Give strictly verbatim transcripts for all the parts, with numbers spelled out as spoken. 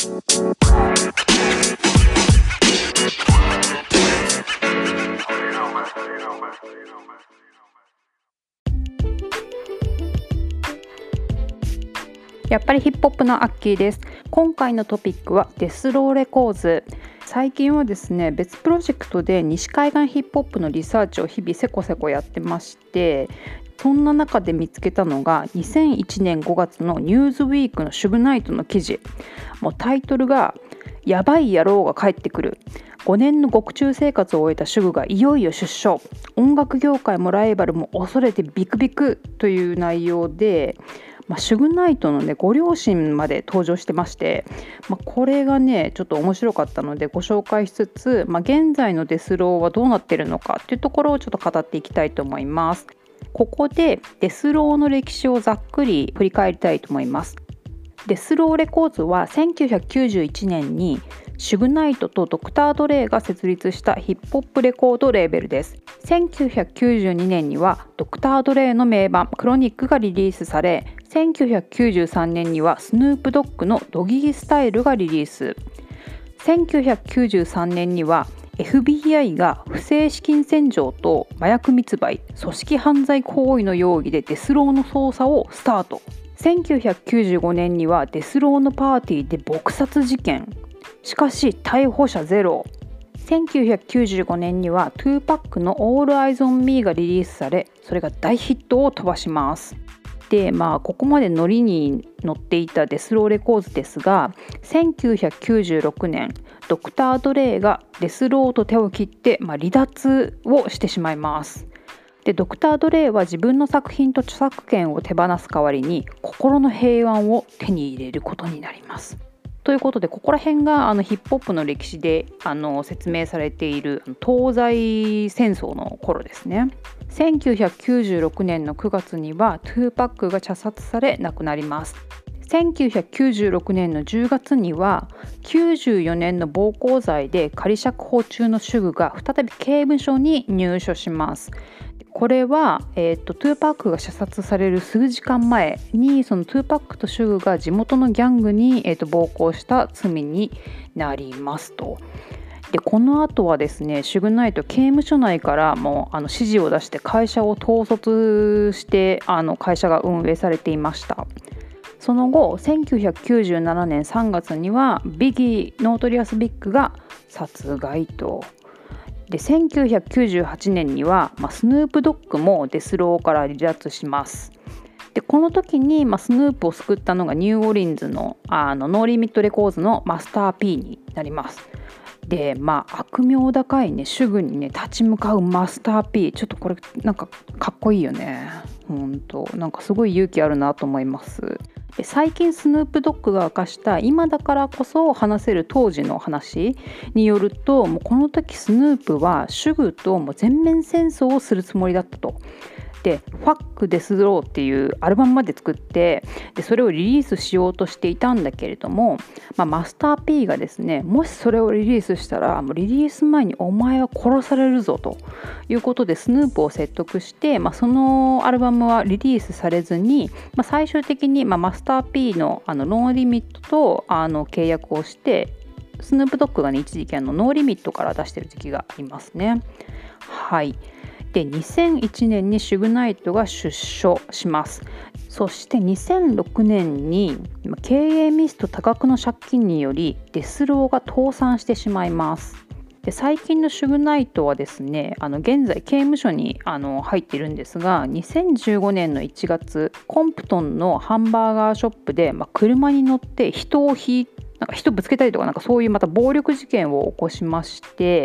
やっぱりヒップホップのアッキーです。今回のトピックはデスローレコーズ。最近はですね、別プロジェクトで西海岸ヒップホップのリサーチを日々せこせこやってまして、そんな中で見つけたのがにせんいちねんごがつのニューズウィークのシュグナイトの記事。もうタイトルがやばい野郎が帰ってくる。ごねんの獄中生活を終えたシュグがいよいよ出所。音楽業界もライバルも恐れてビクビクという内容で、まあ、シュグナイトのねご両親まで登場してまして、まあ、これがねちょっと面白かったのでご紹介しつつ、まあ、現在のデスローはどうなっているのかっていうところをちょっと語っていきたいと思います。ここでデスローの歴史をざっくり振り返りたいと思います。デスローレコーズはせんきゅうひゃくきゅうじゅういちねんにシュグナイトとドクター・ドレイが設立したヒップホップレコードレーベルです。せんきゅうひゃくきゅうじゅうにねんにはドクター・ドレイの名盤クロニックがリリースされ、せんきゅうひゃくきゅうじゅうさんねんにはスヌープドッグのドギースタイルがリリース。せんきゅうひゃくきゅうじゅうさんねんには エフビーアイ が不正資金洗浄と麻薬密売、組織犯罪行為の容疑でデスローの捜査をスタート。せんきゅうひゃくきゅうじゅうごねんにはデスローのパーティーで撲殺事件。しかし逮捕者ゼロ。せんきゅうひゃくきゅうじゅうごねんにはツーパックの All Eyes on Me がリリースされ、それが大ヒットを飛ばします。で、まあここまでノリに乗っていたデスローレコーズですが、せんきゅうひゃくきゅうじゅうろくねんドクター・ドレイがデスローと手を切って、まあ、離脱をしてしまいます。でドクター・ドレイは自分の作品と著作権を手放す代わりに心の平安を手に入れることになります。ということで、ここら辺があのヒップホップの歴史であの説明されている東西戦争の頃ですね。せんきゅうひゃくきゅうじゅうろくねんのくがつにはツーパックが射殺され亡くなります。せんきゅうひゃくきゅうじゅうろくねんのじゅうがつにはきゅうじゅうよねんの暴行罪で仮釈放中のシュグが再び刑務所に入所します。これは、えーと、ツーパックが射殺される数時間前にそのツーパックとシュグが地元のギャングに、えーと、暴行した罪になりますと。でこの後はですね、シュグナイト刑務所内からもうあの指示を出して会社を統率してあの会社が運営されていました。その後せんきゅうひゃくきゅうじゅうななねんさんがつにはビギー・ノートリアス・ビッグが殺害と。でせんきゅうひゃくきゅうじゅうはちねんには、まあ、スヌープドッグもデスローから離脱します。でこの時に、まあ、スヌープを救ったのがニューオーリンズ の, あのノーリミットレコーズのマスター P になります。でまあ悪名高いねシュグにね立ち向かうマスター P、 ちょっとこれなんかかっこいいよね。ほんとなんかすごい勇気あるなと思います。で最近スヌープドッグが明かした今だからこそ話せる当時の話によると、もうこの時スヌープはシュグともう全面戦争をするつもりだったと。でファックデスローっていうアルバムまで作って、でそれをリリースしようとしていたんだけれども、まあ、マスター P がですね、もしそれをリリースしたらもうリリース前にお前は殺されるぞということでスヌープを説得して、まあ、そのアルバムはリリースされずに、まあ、最終的にまあマスター P のあのノーリミットとあの契約をして、スヌープドッグがね一時期あのノーリミットから出してる時期がありますね。はい。でにせんいちねんにシュグナイトが出所します。そしてにせんろくねんに経営ミスと多額の借金によりデスローが倒産してしまいます。で最近のシュグナイトはですね、あの現在刑務所にあの入っているんですが、にせんじゅうごねんのいちがつコンプトンのハンバーガーショップで、まあ、車に乗って人をひいなんか人ぶつけたりとか、なんかそういうまた暴力事件を起こしまして、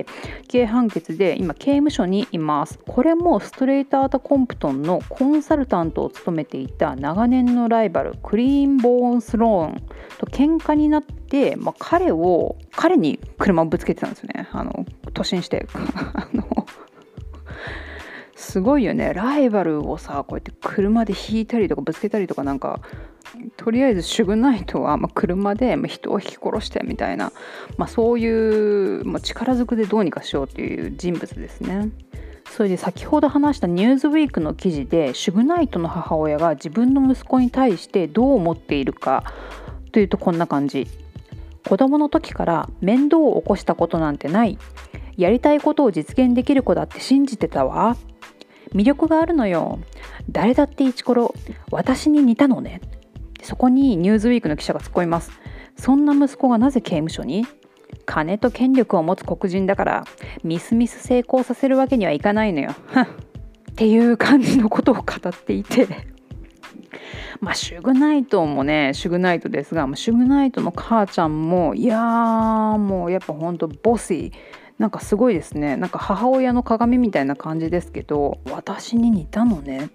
刑判決で今刑務所にいます。これもストレートアートコンプトンのコンサルタントを務めていた長年のライバルクリーンボーンスローンと喧嘩になって、まあ、彼を彼に車をぶつけてたんですよね。あの突進してあのすごいよね。ライバルをさこうやって車で引いたりとかぶつけたりとか、なんかとりあえずシュグナイトはまあ車で人を引き殺してみたいな、まあ、そういう、まあ、力ずくでどうにかしようという人物ですね。それで先ほど話したニューズウィークの記事でシュグナイトの母親が自分の息子に対してどう思っているかというとこんな感じ。 子供の時から面倒を起こしたことなんてない。やりたいことを実現できる子だって信じてたわ。魅力があるのよ。誰だってイチコロ、私に似たのね。そこにニューズウィークの記者が突っ込みます。そんな息子がなぜ刑務所に？金と権力を持つ黒人だからミスミス成功させるわけにはいかないのよっていう感じのことを語っていてまあシュグナイトもねシュグナイトですが、シュグナイトの母ちゃんもいやーもうやっぱほんとボスイ、なんかすごいですね。なんか母親の鏡みたいな感じですけど、私に似たのねって、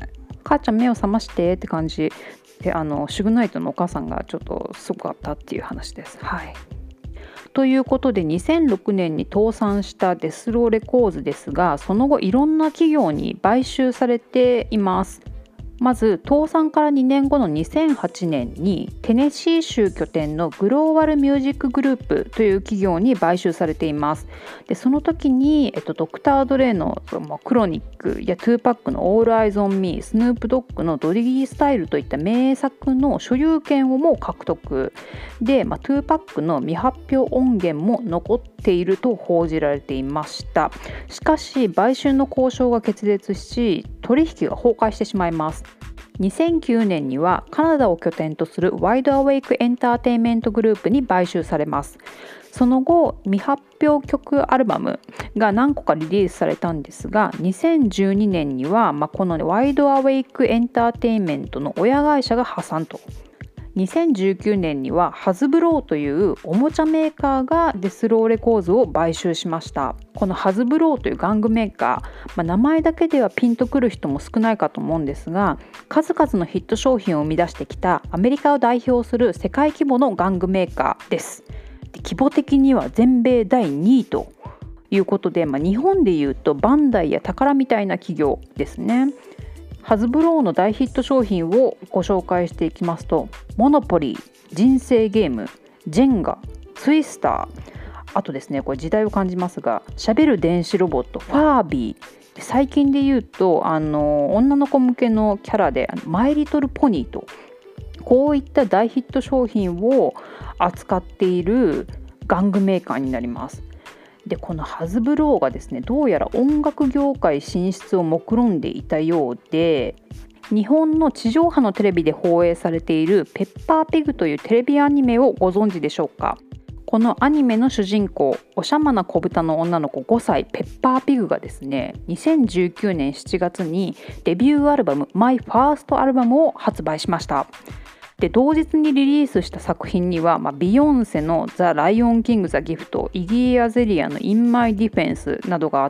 母ちゃん目を覚ましてって感じで、あのシュグナイトのお母さんがちょっとすごかったっていう話です。はい。ということでにせんろくねんに倒産したデスローレコーズですが、その後いろんな企業に買収されています。まず倒産からにねんごのにせんはちねんにテネシー州拠点のグローバルミュージックグループという企業に買収されています。でその時に、えっと、ドクター・ドレイのクロニックやトゥーパックのオール・アイズ・オン・ミー、スヌープ・ドッグのドリギー・スタイルといった名作の所有権をも獲得で、まあ、トゥーパックの未発表音源も残っていると報じられていました。しかし買収の交渉が決裂し、取引が崩壊してしまいます。にせんきゅうねんにはカナダを拠点とするワイドアウェイクエンターテインメントグループに買収されます。その後未発表曲アルバムが何個かリリースされたんですが、にせんじゅうにねんには、まあ、このワイドアウェイクエンターテインメントの親会社が破産と。にせんじゅうきゅうねんにはハズブローというおもちゃメーカーがデスローレコーズを買収しました。このハズブローという玩具メーカー、まあ、名前だけではピンとくる人も少ないかと思うんですが、数々のヒット商品を生み出してきたアメリカを代表する世界規模の玩具メーカーです。で規模的には全米だいにいということで、まあ、日本でいうとバンダイやタカラみたいな企業ですね。ハズブローの大ヒット商品をご紹介していきますと、モノポリー、人生ゲーム、ジェンガ、ツイスター、あとですね、これ時代を感じますが、しゃべる電子ロボット、ファービー、で最近で言うとあの女の子向けのキャラでマイリトルポニーと、こういった大ヒット商品を扱っている玩具メーカーになります。でこのハズブローがですね、どうやら音楽業界進出を目論んでいたようで、日本の地上波のテレビで放映されているペッパーピグというテレビアニメをご存知でしょうか。このアニメの主人公、おしゃまな小豚の女の子ごさいペッパーピグがですね、にせんじゅうきゅうねんしちがつにデビューアルバム My First アルバムを発売しました。で同日にリリースした作品には、まあ、ビヨンセのザ・ライオン・キング・ザ・ギフト、イギー・アゼリアの In My Defense などがあって、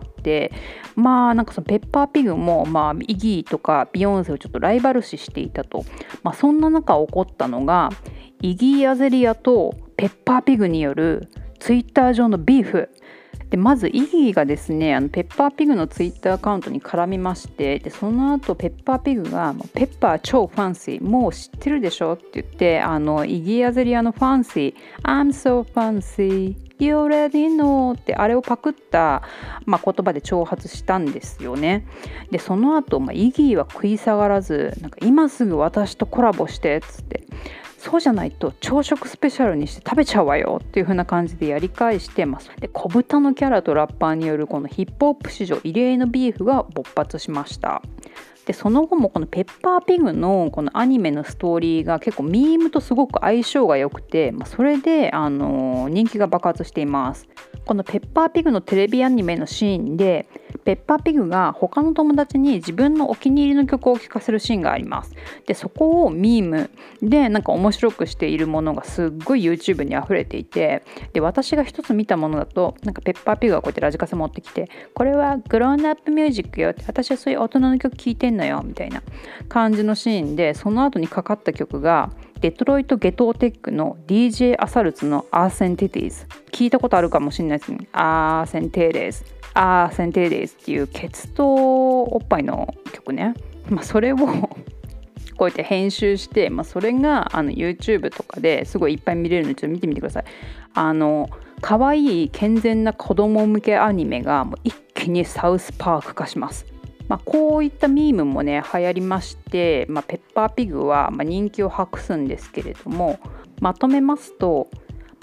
まあなんかそのペッパーピグも、まあ、イギーとかビヨンセをちょっとライバル視していたと、まあ、そんな中起こったのがイギー・アゼリアとペッパーピグによるツイッター上のビーフで、まずイギーがですね、あのペッパーピグのツイッターアカウントに絡みまして、でその後ペッパーピグがペッパー超ファンシー、もう知ってるでしょって言って、あのイギー・アゼリアのファンシー I'm so fancy you already know ってあれをパクった、まあ、言葉で挑発したんですよね。でその後、まあ、イギーは食い下がらず、なんか今すぐ私とコラボしてっつって、そうじゃないと朝食スペシャルにして食べちゃうわよっていう風な感じでやり返してます。で小豚のキャラとラッパーによるこのヒップホップ史上異例のビーフが勃発しました。でその後もこのペッパーピグのこのアニメのストーリーが結構ミームとすごく相性が良くて、まあ、それで、あのー、人気が爆発しています。このペッパーピグのテレビアニメのシーンでペッパーピグが他の友達に自分のお気に入りの曲を聴かせるシーンがあります。でそこをミームでなんか面白くしているものがすっごい YouTube に溢れていて、で私が一つ見たものだと、なんかペッパーピグがこうやってラジカセ持ってきて、これはグローンアップミュージックよって、私はそういう大人の曲聴いてんのよみたいな感じのシーンで、その後にかかった曲がデトロイトゲトーテックの ディージェー アサルツのアーセンティティーズ、聞いたことあるかもしれないですね。アーセンテーレスアーセンテーレスっていうケツとおっぱいの曲ね、まあ、それをこうやって編集して、まあ、それがあの YouTube とかですごいいっぱい見れるので、ちょっと見てみてください。あの可愛い健全な子供向けアニメがもう一気にサウスパーク化します。まあ、こういったミームもね流行りまして、まあ、ペッパーピグはまあ人気を博すんですけれども、まとめますと、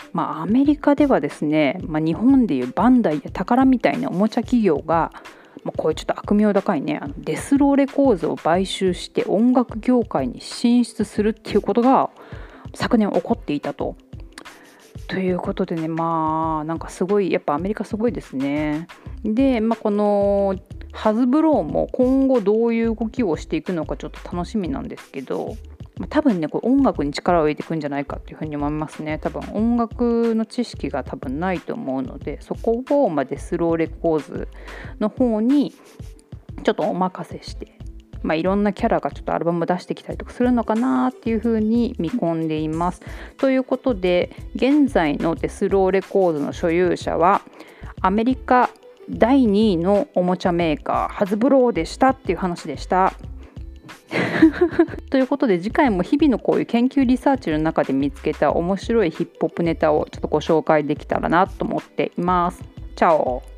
まあ、アメリカではですね、まあ、日本でいうバンダイや宝みたいなおもちゃ企業が、まあ、こういうちょっと悪名高いねあのデスローレコーズを買収して音楽業界に進出するっていうことが昨年起こっていたと。ということでね、まあなんかすごいやっぱアメリカすごいですね。で、まあ、このハズブローも今後どういう動きをしていくのかちょっと楽しみなんですけど、まあ、多分ねこれ音楽に力を入れていくんじゃないかっていうふうに思いますね。多分音楽の知識が多分ないと思うので、そこをまあデスローレコーズの方にちょっとお任せして、まあ、いろんなキャラがちょっとアルバム出してきたりとかするのかなっていうふうに見込んでいます。ということで現在のデスローレコーズの所有者はアメリカだいにいのおもちゃメーカーハズブローでしたっていう話でした。ということで次回も日々のこういう研究リサーチの中で見つけた面白いヒップホップネタをちょっとご紹介できたらなと思っています。チャオ。